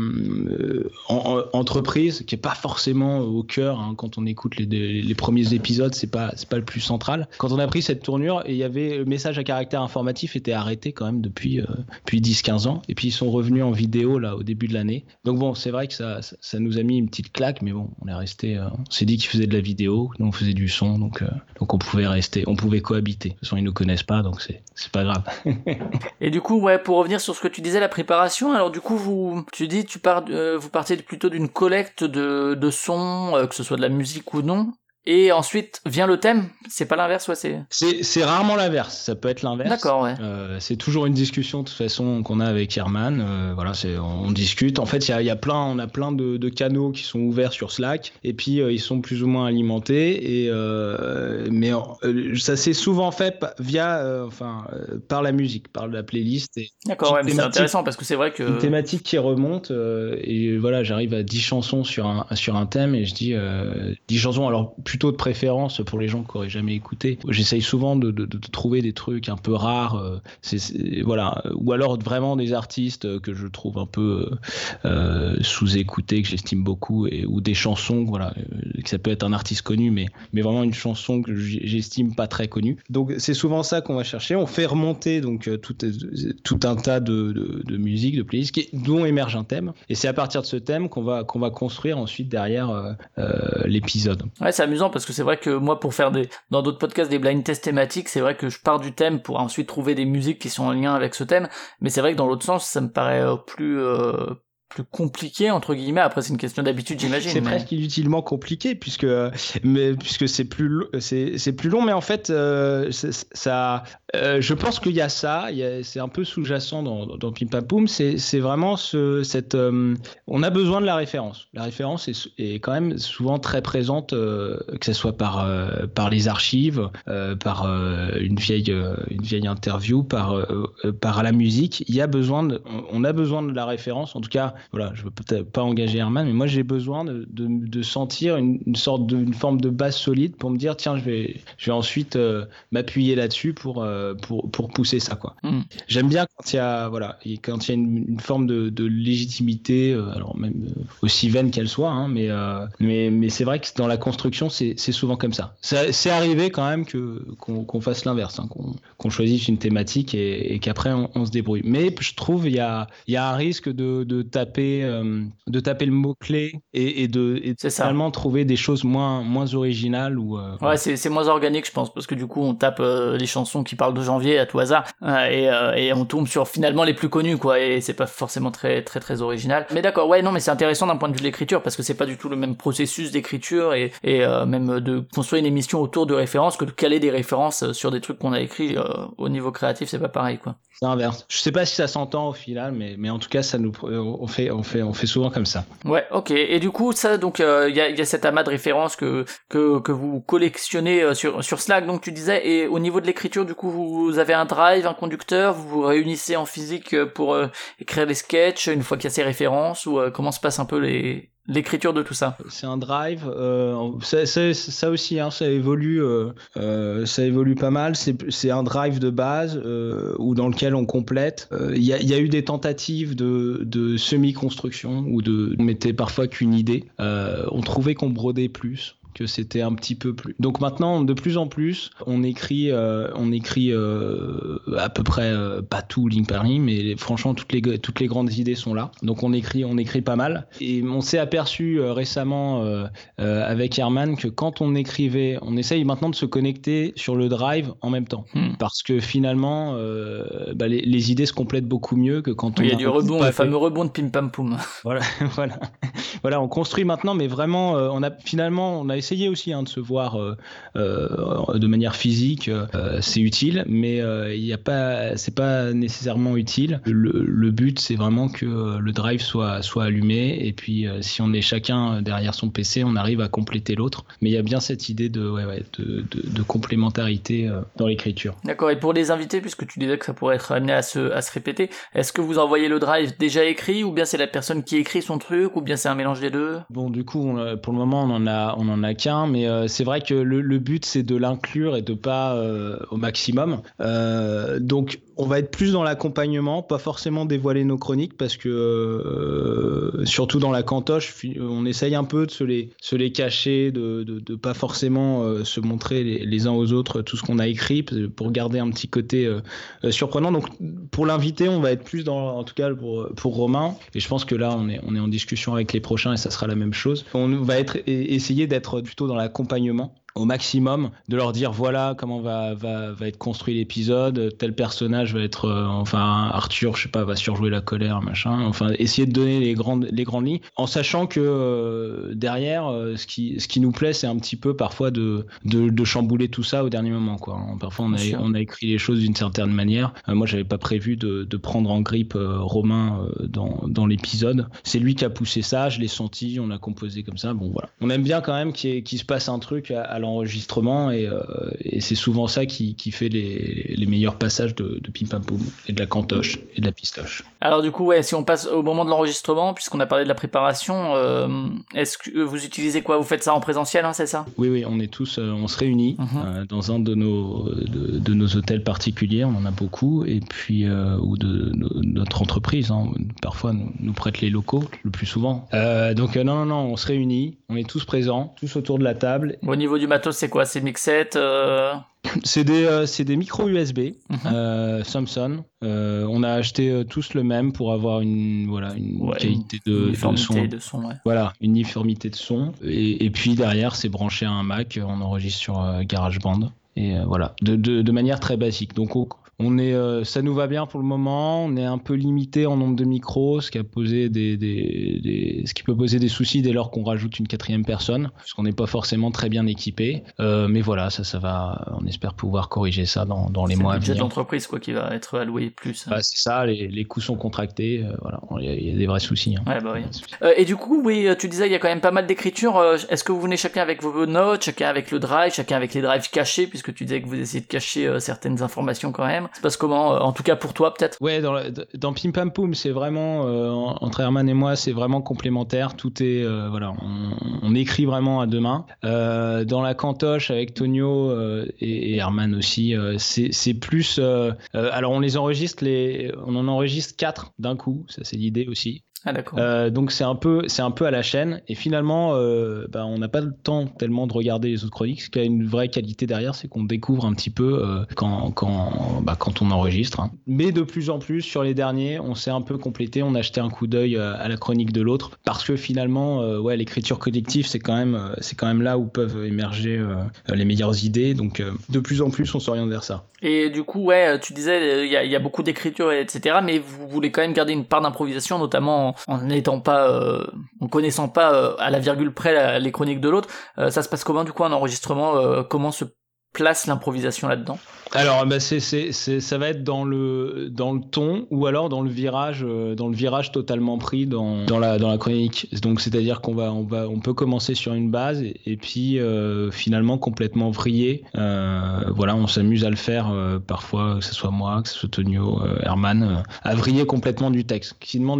en entreprise, qui est pas forcément au cœur, hein, quand on écoute les premiers épisodes, c'est pas le plus central. Quand on a pris cette tournure, et il y avait le message à caractère informatif était arrêté quand même depuis 10-15 ans, et puis ils sont revenus en vidéo là au début de l'année. Donc bon, c'est vrai que ça nous a mis une petite claque, mais bon, on est resté, on s'est dit qu'ils faisaient de la vidéo, nous on faisait du son, donc on pouvait rester, on pouvait cohabiter. De toute façon, ils nous connaissent pas, donc c'est pas grave. Et du coup, ouais, pour revenir sur ce que tu disais, la préparation, alors du coup, vous partiez plutôt d'une collecte de sons, que ce soit de la musique ou non, et ensuite vient le thème. C'est pas l'inverse, ouais, c'est rarement l'inverse. Ça peut être l'inverse. D'accord, ouais. C'est toujours une discussion de toute façon qu'on a avec Herman. Voilà, on discute. En fait, on a plein de canaux qui sont ouverts sur Slack, et puis ils sont plus ou moins alimentés. Mais ça s'est souvent fait par la musique, par la playlist. D'accord, ouais, mais c'est intéressant parce que c'est vrai que une thématique qui remonte. Et voilà, j'arrive à 10 chansons sur un thème, et je dis 10 chansons. Alors plutôt de préférence pour les gens qui n'auraient jamais écouté. J'essaye souvent de trouver des trucs un peu rares, voilà, ou alors vraiment des artistes que je trouve un peu sous-écoutés, que j'estime beaucoup, ou des chansons, voilà, que ça peut être un artiste connu, mais vraiment une chanson que j'estime pas très connue. Donc c'est souvent ça qu'on va chercher. On fait remonter donc tout un tas de musique, de playlists dont émerge un thème, et c'est à partir de ce thème qu'on va construire ensuite derrière l'épisode. Ouais, c'est amusant parce que c'est vrai que moi, pour faire dans d'autres podcasts des blind tests thématiques, c'est vrai que je pars du thème pour ensuite trouver des musiques qui sont en lien avec ce thème, mais c'est vrai que dans l'autre sens, ça me paraît plus compliqué entre guillemets. Après, c'est une question d'habitude, j'imagine. C'est presque inutilement compliqué puisque c'est plus long, mais en fait ça Je pense qu'il y a ça, c'est un peu sous-jacent dans Pim Pam Poum, c'est vraiment on a besoin de la référence. La référence est quand même souvent très présente, que ce soit par les archives, par une vieille interview, par la musique. On a besoin de la référence. En tout cas, voilà, je veux peut-être pas engager Herman, mais moi j'ai besoin de sentir une forme de base solide pour me dire tiens, je vais ensuite m'appuyer là-dessus pour pousser ça, quoi. J'aime bien quand il y a une forme de légitimité, alors même aussi vaine qu'elle soit, hein, mais c'est vrai que dans la construction c'est souvent comme ça. C'est arrivé quand même qu'on fasse l'inverse, hein, qu'on choisisse une thématique et qu'après on se débrouille. Mais je trouve il y a un risque de taper le mot clé et finalement trouver des choses moins originales ou ouais, c'est moins organique, je pense, parce que du coup on tape les chansons qui parlent de janvier à tout hasard et on tombe sur finalement les plus connus, quoi, et c'est pas forcément très très très original. Mais d'accord, ouais, non, mais c'est intéressant d'un point de vue de l'écriture parce que c'est pas du tout le même processus d'écriture et même de construire une émission autour de références que de caler des références sur des trucs qu'on a écrits au niveau créatif, c'est pas pareil, quoi. C'est inverse. Je sais pas si ça s'entend au final, mais en tout cas on fait souvent comme ça. Ouais, ok. Et du coup ça, donc il y a cet amas de références que vous collectionnez sur Slack, donc tu disais, et au niveau de l'écriture, du coup vous avez un drive, un conducteur, vous vous réunissez en physique pour écrire des sketchs une fois qu'il y a ces références, ou comment se passe un peu l'écriture de tout ça? C'est un drive, ça aussi, hein, ça évolue pas mal. C'est un drive de base ou dans lequel on complète. Il y a eu des tentatives de semi-construction où on mettait parfois qu'une idée. On trouvait qu'on brodait plus, que c'était un petit peu plus. Donc maintenant, de plus en plus, on écrit à peu près pas tout ligne par ligne, mais franchement toutes les grandes idées sont là. Donc on écrit pas mal. Et on s'est aperçu récemment avec Herman que quand on écrivait, on essaye maintenant de se connecter sur le drive en même temps, parce que finalement, les idées se complètent beaucoup mieux que quand il y a du rebond, le fameux rebond de Pim Pam Poum. Voilà, on construit maintenant, mais vraiment, on a essayé aussi, hein, de se voir de manière physique, c'est utile, mais c'est pas nécessairement utile. Le but, c'est vraiment que le drive soit allumé, et puis si on est chacun derrière son PC, on arrive à compléter l'autre. Mais il y a bien cette idée de complémentarité dans l'écriture. D'accord. Et pour les invités, puisque tu disais que ça pourrait être amené à se répéter, est-ce que vous envoyez le drive déjà écrit, ou bien c'est la personne qui écrit son truc, ou bien c'est un mélange des deux? Bon, du coup, pour le moment, on en a qu'un, mais c'est vrai que le but, c'est de l'inclure et de pas au maximum. Donc, on va être plus dans l'accompagnement, pas forcément dévoiler nos chroniques, parce que surtout dans la cantoche, on essaye un peu de se les cacher, de pas forcément se montrer les uns aux autres tout ce qu'on a écrit, pour garder un petit côté surprenant. Donc pour l'invité, on va être plus en tout cas pour Romain, et je pense que là on est en discussion avec les prochains et ça sera la même chose. On va essayer d'être plutôt dans l'accompagnement au maximum, de leur dire voilà comment va être construit l'épisode, tel personnage va être Arthur, je sais pas, va surjouer la colère, machin, enfin essayer de donner les grandes lignes, en sachant que derrière ce qui nous plaît, c'est un petit peu parfois de chambouler tout ça au dernier moment, quoi. Parfois on a écrit les choses d'une certaine manière. Moi j'avais pas prévu de prendre en grippe Romain dans l'épisode, c'est lui qui a poussé ça, je l'ai senti, on a composé comme ça. Bon voilà, on aime bien quand même qu'il se passe un truc à l'enregistrement, et c'est souvent ça qui fait les meilleurs passages de Pim Pam Poum, et de la cantoche et de la pistoche. Alors du coup, ouais, si on passe au moment de l'enregistrement, puisqu'on a parlé de la préparation, est-ce que vous utilisez quoi? Vous faites ça en présentiel, hein, c'est ça? Oui, on est tous, on se réunit dans un de nos hôtels particuliers, on en a beaucoup, et puis ou de notre entreprise, hein, parfois nous prête les locaux le plus souvent. Donc non, on se réunit, on est tous présents, tous autour de la table. Au niveau du matos, c'est quoi? C'est mixette C'est des micros USB Samsung. On a acheté tous le même pour avoir une qualité de son. Ouais. Voilà, une uniformité de son. Et puis derrière, c'est branché à un Mac. On enregistre sur GarageBand. Et voilà, de manière très basique. Donc ça nous va bien pour le moment. On est un peu limité en nombre de micros, ce qui peut poser des soucis dès lors qu'on rajoute une 4e personne, parce qu'on n'est pas forcément très bien équipé. Mais voilà, ça va. On espère pouvoir corriger ça dans les mois à venir. C'est le budget de l'entreprise quoi qui va être alloué plus. Bah, c'est ça, les coûts sont contractés. Voilà, il y a des vrais soucis. Hein. Ouais, bah oui. Et du coup, oui, tu disais il y a quand même pas mal d'écriture. Est-ce que vous venez chacun avec vos notes, chacun avec le drive, chacun avec les drives cachés, puisque tu disais que vous essayez de cacher certaines informations quand même. Ça se passe comment, en tout cas pour toi peut-être? Ouais, dans Pim Pam Poum, c'est vraiment entre Herman et moi, c'est vraiment complémentaire. Tout est voilà, on écrit vraiment à deux mains. Dans la cantoche avec Tonio et Herman aussi, c'est plus. Alors on en enregistre 4 d'un coup. Ça c'est l'idée aussi. Ah d'accord. Donc c'est un peu à la chaîne et finalement on n'a pas le temps tellement de regarder les autres chroniques. Ce qui a une vraie qualité derrière, c'est qu'on découvre un petit peu quand on enregistre. Hein. Mais de plus en plus sur les derniers, on s'est un peu complété, on a jeté un coup d'œil à la chronique de l'autre parce que finalement l'écriture collective c'est quand même là où peuvent émerger les meilleures idées. Donc de plus en plus on s'oriente vers ça. Et du coup, tu disais, il y a beaucoup d'écriture, etc., mais vous voulez quand même garder une part d'improvisation, notamment en n'étant pas, en connaissant pas à la virgule près les chroniques de l'autre. Ça se passe comment, du coup, en enregistrement? Comment se place l'improvisation là-dedans? Alors, ça va être dans le ton ou alors dans le virage totalement pris dans la chronique. Donc, c'est-à-dire on peut commencer sur une base et puis finalement complètement vriller. On s'amuse à le faire parfois, que ce soit moi, que ce soit Tonio, Herman, à vriller complètement du texte, qui demande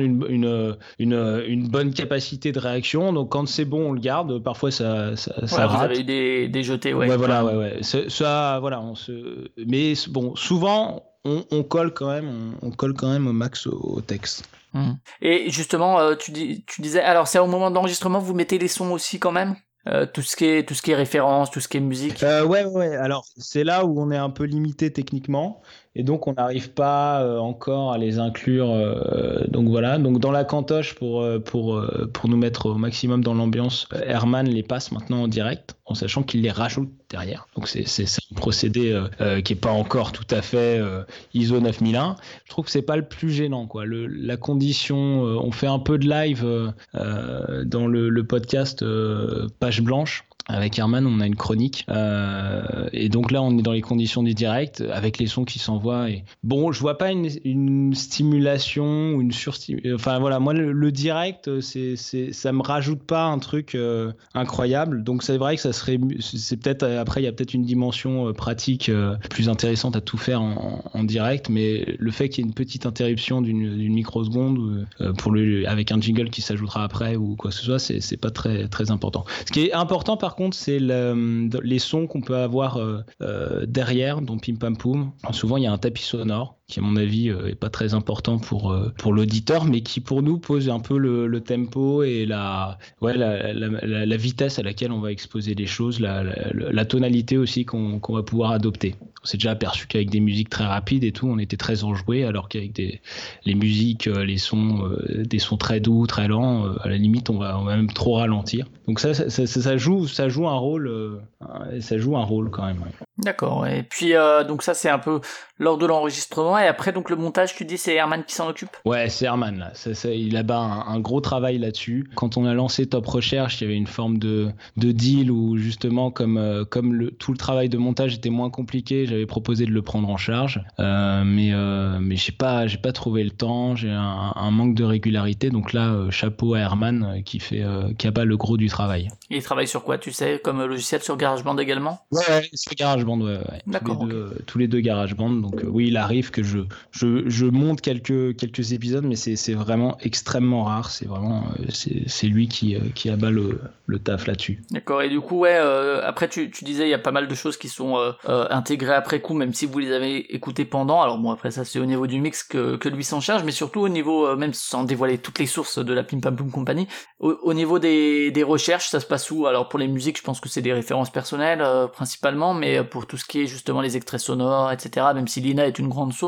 une bonne capacité de réaction. Donc, quand c'est bon, on le garde. Parfois, ça rate. Vous avez eu des jetés, ouais. Ouais. Ça, voilà, mais bon, souvent on colle quand même au max au texte. Et justement, tu disais, alors c'est au moment de l'enregistrement, vous mettez les sons aussi quand même, tout ce qui est référence, tout ce qui est musique. Ouais. Alors c'est là où on est un peu limité techniquement. Et donc, on n'arrive pas encore à les inclure. Donc voilà. Donc dans la cantoche, pour nous mettre au maximum dans l'ambiance, Herman les passe maintenant en direct, en sachant qu'il les rajoute derrière. Donc c'est un procédé qui est pas encore tout à fait ISO 9001. Je trouve que c'est pas le plus gênant, quoi. La condition, on fait un peu de live dans le podcast Page Blanche. Avec Herman, on a une chronique. Et donc là, on est dans les conditions du direct, avec les sons qui s'envoient. Et... Bon, je vois pas une stimulation ou une surstimulation. Enfin voilà, moi, le direct, ça me rajoute pas un truc incroyable. Donc c'est vrai que c'est peut-être, après, il y a peut-être une dimension pratique plus intéressante à tout faire en direct. Mais le fait qu'il y ait une petite interruption d'une microseconde avec un jingle qui s'ajoutera après ou quoi que ce soit, c'est pas très, très important. Ce qui est important, par contre, c'est les sons qu'on peut avoir derrière dans Pim Pam Poum. Souvent, il y a un tapis sonore qui, à mon avis, est pas très important pour l'auditeur, mais qui, pour nous, pose un peu le tempo et la vitesse à laquelle on va exposer les choses, la tonalité aussi qu'on va pouvoir adopter. On s'est déjà aperçu qu'avec des musiques très rapides et tout, on était très enjoué, alors qu'avec les musiques, les sons, des sons très doux, très lents, à la limite, on va même trop ralentir. Donc ça joue un rôle, quand même. Ouais. D'accord. Et puis donc ça c'est un peu lors de l'enregistrement, et après donc le montage, tu dis c'est Herman qui s'en occupe? Ouais, c'est Herman là. Il a un gros travail là-dessus. Quand on a lancé Top Recherche, il y avait une forme de deal où justement comme tout le travail de montage était moins compliqué, j'avais proposé de le prendre en charge. Mais j'ai pas trouvé le temps. J'ai un manque de régularité. Donc là, chapeau à Herman qui a le gros du travail. Et il travaille sur quoi, tu sais, comme logiciel, sur GarageBand également? Ouais, sur GarageBand, ouais. D'accord. Tous les deux GarageBand. Donc oui, il arrive que je monte quelques épisodes, mais c'est vraiment extrêmement rare. C'est vraiment c'est lui qui abat le taf là-dessus. D'accord. Et du coup, après tu disais il y a pas mal de choses qui sont intégrées après coup, même si vous les avez écoutées pendant. Alors bon, après ça c'est au niveau du mix que lui s'en charge, mais surtout au niveau, même sans dévoiler toutes les sources de la Pim Pam Poum Company, au niveau des recherches, ça se passe où? Alors pour les musiques, je pense que c'est des références personnelles principalement, mais pour tout ce qui est justement les extraits sonores, etc., même si Lina est une grande source,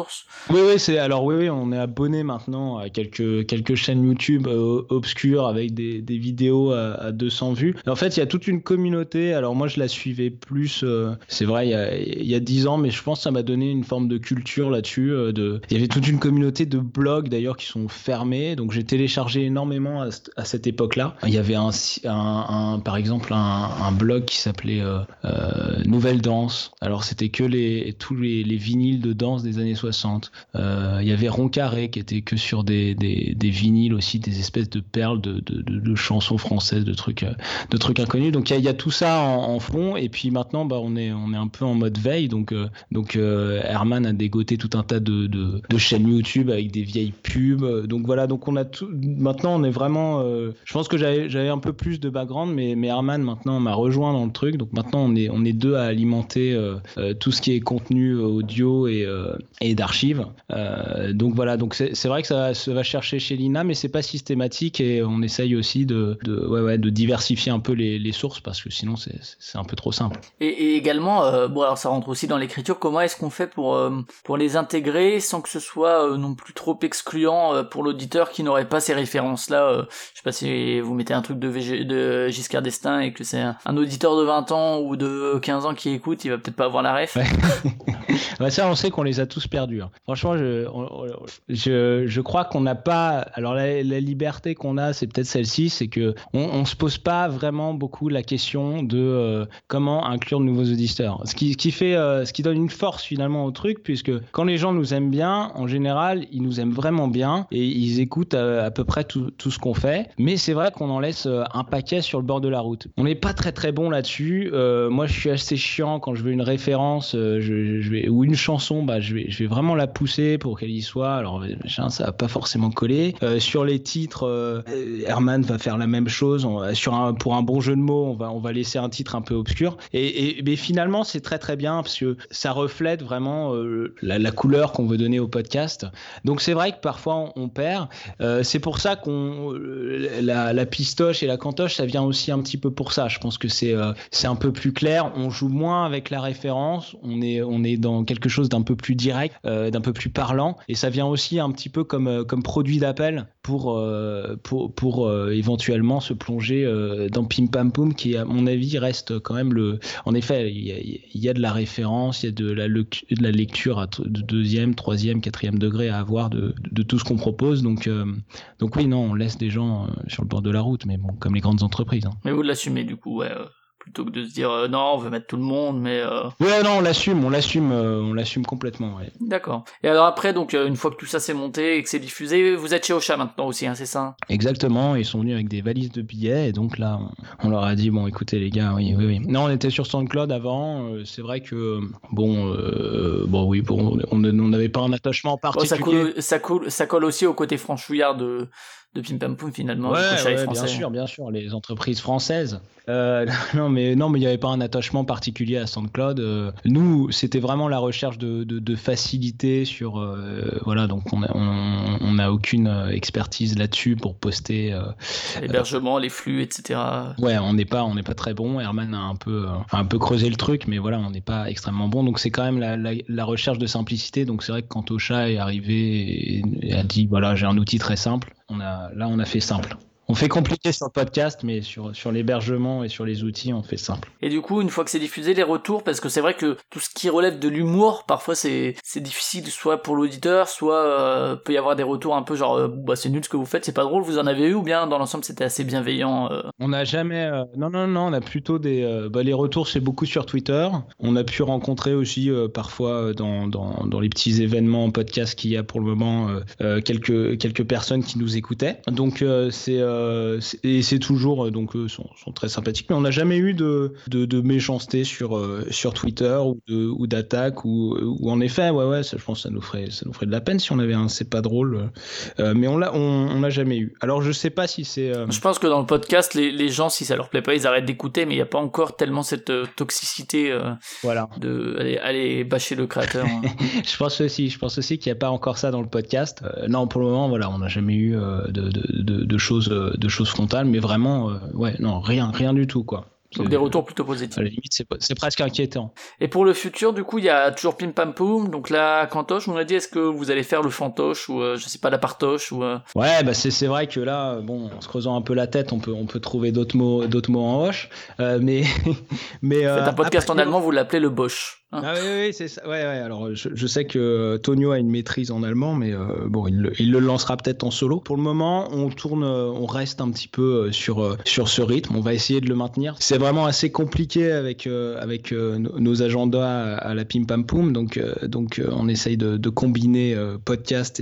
sources. Oui, on est abonné maintenant à quelques chaînes YouTube obscures avec des vidéos à 200 vues. Et en fait, il y a toute une communauté. Alors moi, je la suivais plus, c'est vrai, il y a 10 ans, mais je pense que ça m'a donné une forme de culture là-dessus. Il y avait toute une communauté de blogs d'ailleurs qui sont fermés. Donc j'ai téléchargé énormément à cette époque-là. Il y avait par exemple un blog qui s'appelait Nouvelle Danse. Alors c'était que tous les vinyles de danse des années 60. Il y avait Roncarré qui était que sur des vinyles aussi, des espèces de perles de chansons françaises, de trucs inconnus. Donc il y a tout ça en fond. Et puis maintenant, on est un peu en mode veille. Donc Herman a dégoté tout un tas de chaînes YouTube avec des vieilles pubs. Donc voilà, donc on a tout. Maintenant, on est vraiment. Je pense que j'avais un peu plus de background, mais Herman maintenant m'a rejoint dans le truc. Donc maintenant, on est deux à alimenter tout ce qui est contenu audio et d'archives. Donc voilà, donc c'est vrai que ça va chercher chez Lina, mais c'est pas systématique et on essaye aussi de diversifier un peu les sources parce que sinon c'est un peu trop simple. Et également, alors ça rentre aussi dans l'écriture. Comment est-ce qu'on fait pour les intégrer sans que ce soit non plus trop excluant pour l'auditeur qui n'aurait pas ces références-là? Je sais pas si vous mettez un truc de Giscard d'Estaing et que c'est un auditeur de 20 ans ou de 15 ans qui écoute, il va peut-être pas avoir la ref. Ouais. Ça, on sait qu'on les a tous perdus. Hein. Franchement, je crois qu'on n'a pas. Alors la liberté qu'on a, c'est peut-être celle-ci, c'est que on se pose pas vraiment beaucoup la question de comment inclure de nouveaux auditeurs. Ce qui donne une force finalement au truc, puisque quand les gens nous aiment bien, en général, ils nous aiment vraiment bien et ils écoutent à peu près tout ce qu'on fait. Mais c'est vrai qu'on en laisse un paquet sur le bord de la route. On n'est pas très très bon là-dessus. Moi, je suis assez chiant quand je veux une référence, ou une chanson, je vais vraiment la pousser pour qu'elle y soit. Alors, ça va pas forcément coller. Sur les titres, Herman va faire la même chose. Pour un bon jeu de mots, on va laisser un titre un peu obscur. Mais finalement, c'est très très bien parce que ça reflète vraiment la couleur qu'on veut donner au podcast. Donc c'est vrai que parfois on perd. C'est pour ça la pistoche et la cantoche, ça vient aussi un petit peu pour ça. Je pense que c'est un peu plus clair. On joue moins avec la référence. On est dans quelque chose d'un peu plus direct, d'un peu plus parlant. Et ça vient aussi un petit peu comme produit d'appel pour éventuellement se plonger dans Pim Pam Poum, qui à mon avis reste quand même en effet, il y a de la référence, il y a de la lecture de 2e, 3e, 4e degré à avoir de tout ce qu'on propose. Donc oui, non, on laisse des gens sur le bord de la route, mais bon, comme les grandes entreprises. Hein. Mais vous l'assumez du coup, ouais. Plutôt que de se dire non, on veut mettre tout le monde, mais ouais, non, on l'assume complètement. Ouais. D'accord. Et alors après, donc une fois que tout ça s'est monté et que c'est diffusé, vous êtes chez Ocha maintenant aussi, hein, c'est ça? Exactement. Ils sont venus avec des valises de billets et donc là, on leur a dit bon, écoutez les gars, oui. Non, on était sur SoundCloud avant. C'est vrai que on n'avait pas un attachement particulier. Ça colle aussi au côté franchouillard de Pim Pam Poum finalement. Ouais, bien sûr, les entreprises françaises. Non, mais il n'y avait pas un attachement particulier à SoundCloud. Nous, c'était vraiment la recherche de facilité sur. Voilà, donc on n'a aucune expertise là-dessus pour poster. L'hébergement, les flux, etc. Ouais, on n'est pas très bon. Herman a un peu creusé le truc, mais voilà, on n'est pas extrêmement bon. Donc c'est quand même la recherche de simplicité. Donc c'est vrai que quand Ocha est arrivé et a dit voilà, j'ai un outil très simple. On a fait simple. On fait compliqué sur le podcast, mais sur l'hébergement et sur les outils, on fait simple. Et du coup, une fois que c'est diffusé, les retours, parce que c'est vrai que tout ce qui relève de l'humour, parfois c'est difficile, soit pour l'auditeur, soit peut y avoir des retours un peu genre c'est nul ce que vous faites, c'est pas drôle. Vous en avez eu ou bien dans l'ensemble c'était assez bienveillant? On n'a jamais. Non, on a plutôt des. Les retours, c'est beaucoup sur Twitter. On a pu rencontrer aussi parfois dans les petits événements en podcast qu'il y a pour le moment quelques personnes qui nous écoutaient. Donc et c'est toujours sont très sympathiques, mais on n'a jamais eu de méchanceté sur Twitter ou d'attaque ou en effet ça, je pense que ça nous ferait de la peine si on avait un c'est pas drôle, mais on l'a jamais eu. Alors je sais pas si c'est je pense que dans le podcast les gens, si ça leur plaît pas, ils arrêtent d'écouter, mais il y a pas encore tellement cette toxicité de aller bâcher le créateur. Je pense aussi qu'il y a pas encore ça dans le podcast. Non, pour le moment on n'a jamais eu de choses frontales, mais vraiment rien du tout quoi. Donc des retours plutôt positifs. À la limite, c'est presque inquiétant. Et pour le futur, du coup, il y a toujours Pim Pam Poum, donc la cantoche. On a dit, est-ce que vous allez faire le fantoche ou je sais pas, la partoche ou Ouais, bah c'est vrai que là, bon, en se creusant un peu la tête, on peut trouver d'autres mots en hoche, mais Faites un podcast en allemand, vous l'appelez le Bosch. Hein. Ah oui, c'est ça. Ouais. Alors, je sais que Tonio a une maîtrise en allemand, mais bon, il le lancera peut-être en solo. Pour le moment, on reste un petit peu sur ce rythme. On va essayer de le maintenir. C'est vraiment assez compliqué avec nos agendas à la Pim Pam Poum, donc on essaye de combiner podcast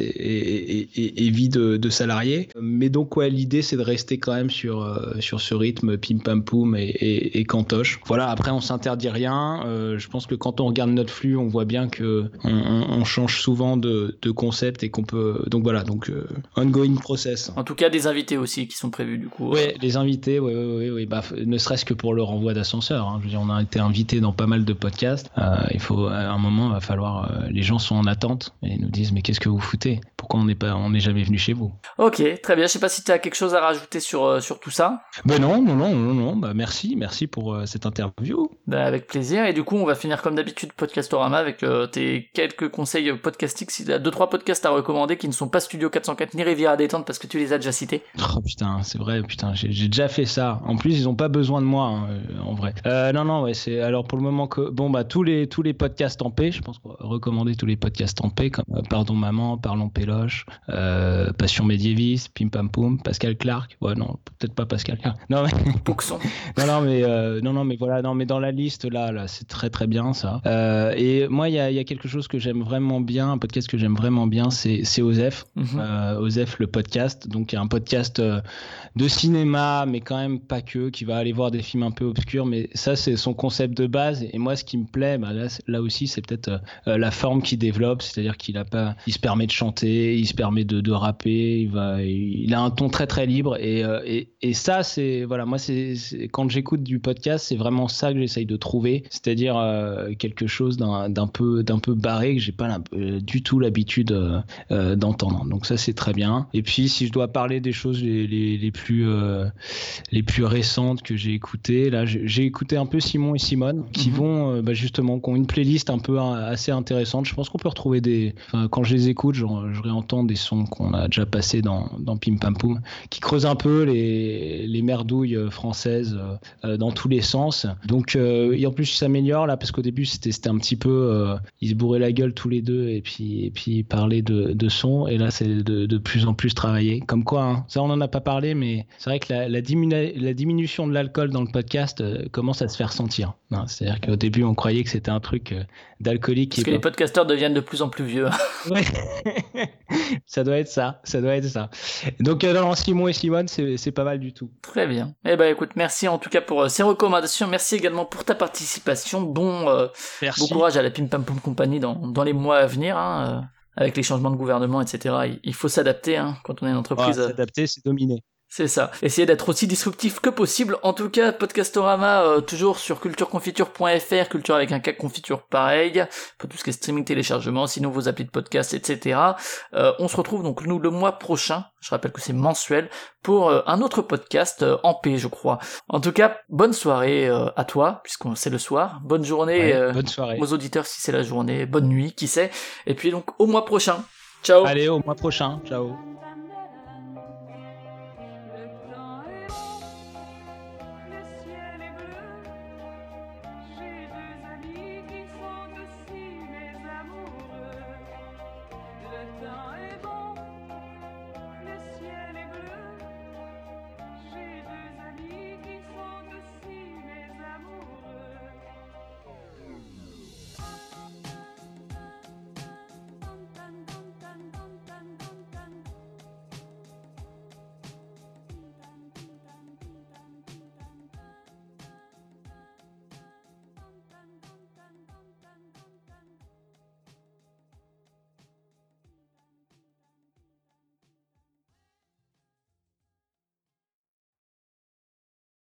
et vie de salarié. Mais donc, ouais, l'idée, c'est de rester quand même sur ce rythme Pim Pam Poum et cantoche. Voilà. Après, on s'interdit rien. Je pense que quand on regarde notre flux, on voit bien que on change souvent de concept et qu'on peut. Donc voilà, ongoing process. En tout cas, des invités aussi qui sont prévus du coup. Ouais, les invités, oui. Bah, ne serait-ce que pour le renvoi d'ascenseur. Hein. Je veux dire, on a été invités dans pas mal de podcasts. Il faut, à un moment, il va falloir. Les gens sont en attente et nous disent mais qu'est-ce que vous foutez ? Pourquoi on n'est jamais venu chez vous ? Ok, très bien. Je sais pas si tu as quelque chose à rajouter sur tout ça. Ben non. Bah merci pour cette interview. Bah, avec plaisir. Et du coup, on va finir comme d'habitude Podcastorama avec tes quelques conseils podcastiques. S'il y a 2-3 podcasts à recommander qui ne sont pas Studio 404 ni Riviera Détente parce que tu les as déjà cités. Oh putain, c'est vrai, j'ai déjà fait ça. En plus, ils ont pas besoin de moi, hein, en vrai. Non, ouais, c'est alors pour le moment que bon bah tous les podcasts en paix, je pense qu'on va recommander tous les podcasts en paix comme Pardon Maman, Parlons Péloche, Passion Médiéviste, Pim Pam Poum, Pascal Clark. Ouais, non, peut-être pas Pascal Clark. Non mais Pouxon. non mais voilà, non mais dans la liste là, c'est très très bien ça. Et moi, il y a quelque chose que j'aime vraiment bien, un podcast que j'aime vraiment bien, c'est Osef. Osef, le podcast. Donc, il y a un podcast de cinéma, mais quand même pas que, qui va aller voir des films un peu obscurs. Mais ça, c'est son concept de base. Et moi, ce qui me plaît, bah, là aussi, c'est peut-être la forme qu'il développe. C'est-à-dire il se permet de chanter, il se permet de rapper. Il a un ton très, très libre. Et ça, c'est, voilà, moi, c'est quand j'écoute du podcast, c'est vraiment ça que j'essaye de trouver. C'est-à-dire quelque chose d'un peu barré que j'ai pas du tout l'habitude d'entendre. Donc ça c'est très bien. Et puis si je dois parler des choses les plus récentes que j'ai écoutées, là j'ai écouté un peu Simon et Simone qui vont justement qui ont une playlist un peu assez intéressante. Je pense qu'on peut retrouver quand je les écoute, je réentends des sons qu'on a déjà passés dans Pim Pam Poum, qui creusent un peu les merdouilles françaises dans tous les sens. Donc et en plus ça s'améliore là parce qu'au début c'était un petit peu ils se bourraient la gueule tous les deux et puis ils parlaient de son, et là c'est de plus en plus travaillé, comme quoi hein, ça on en a pas parlé, mais c'est vrai que la diminution de l'alcool dans le podcast commence à se faire sentir. C'est-à-dire qu'au début on croyait que c'était un truc d'alcoolique parce que les podcasteurs deviennent de plus en plus vieux. Ouais. ça doit être ça. Donc Simon et Simone c'est pas mal du tout. Très bien. Eh ben écoute, merci en tout cas pour ces recommandations, merci également pour ta participation. Bon courage à la Pim Pam Poum Company dans les mois à venir, hein, avec les changements de gouvernement, etc. Il faut s'adapter hein, quand on est une entreprise. S'adapter, c'est dominer. C'est ça. Essayez d'être aussi disruptif que possible. En tout cas, Podcastorama, toujours sur cultureconfiture.fr, culture avec un K, confiture pareil, pour tout ce qui est streaming, téléchargement, sinon vos applis de podcast, etc. On se retrouve donc nous le mois prochain, je rappelle que c'est mensuel, pour un autre podcast en paix, je crois. En tout cas, bonne soirée à toi, puisque c'est le soir. Bonne journée bonne soirée aux auditeurs si c'est la journée. Bonne nuit, qui sait. Et puis donc au mois prochain. Ciao. Allez, au mois prochain. Ciao.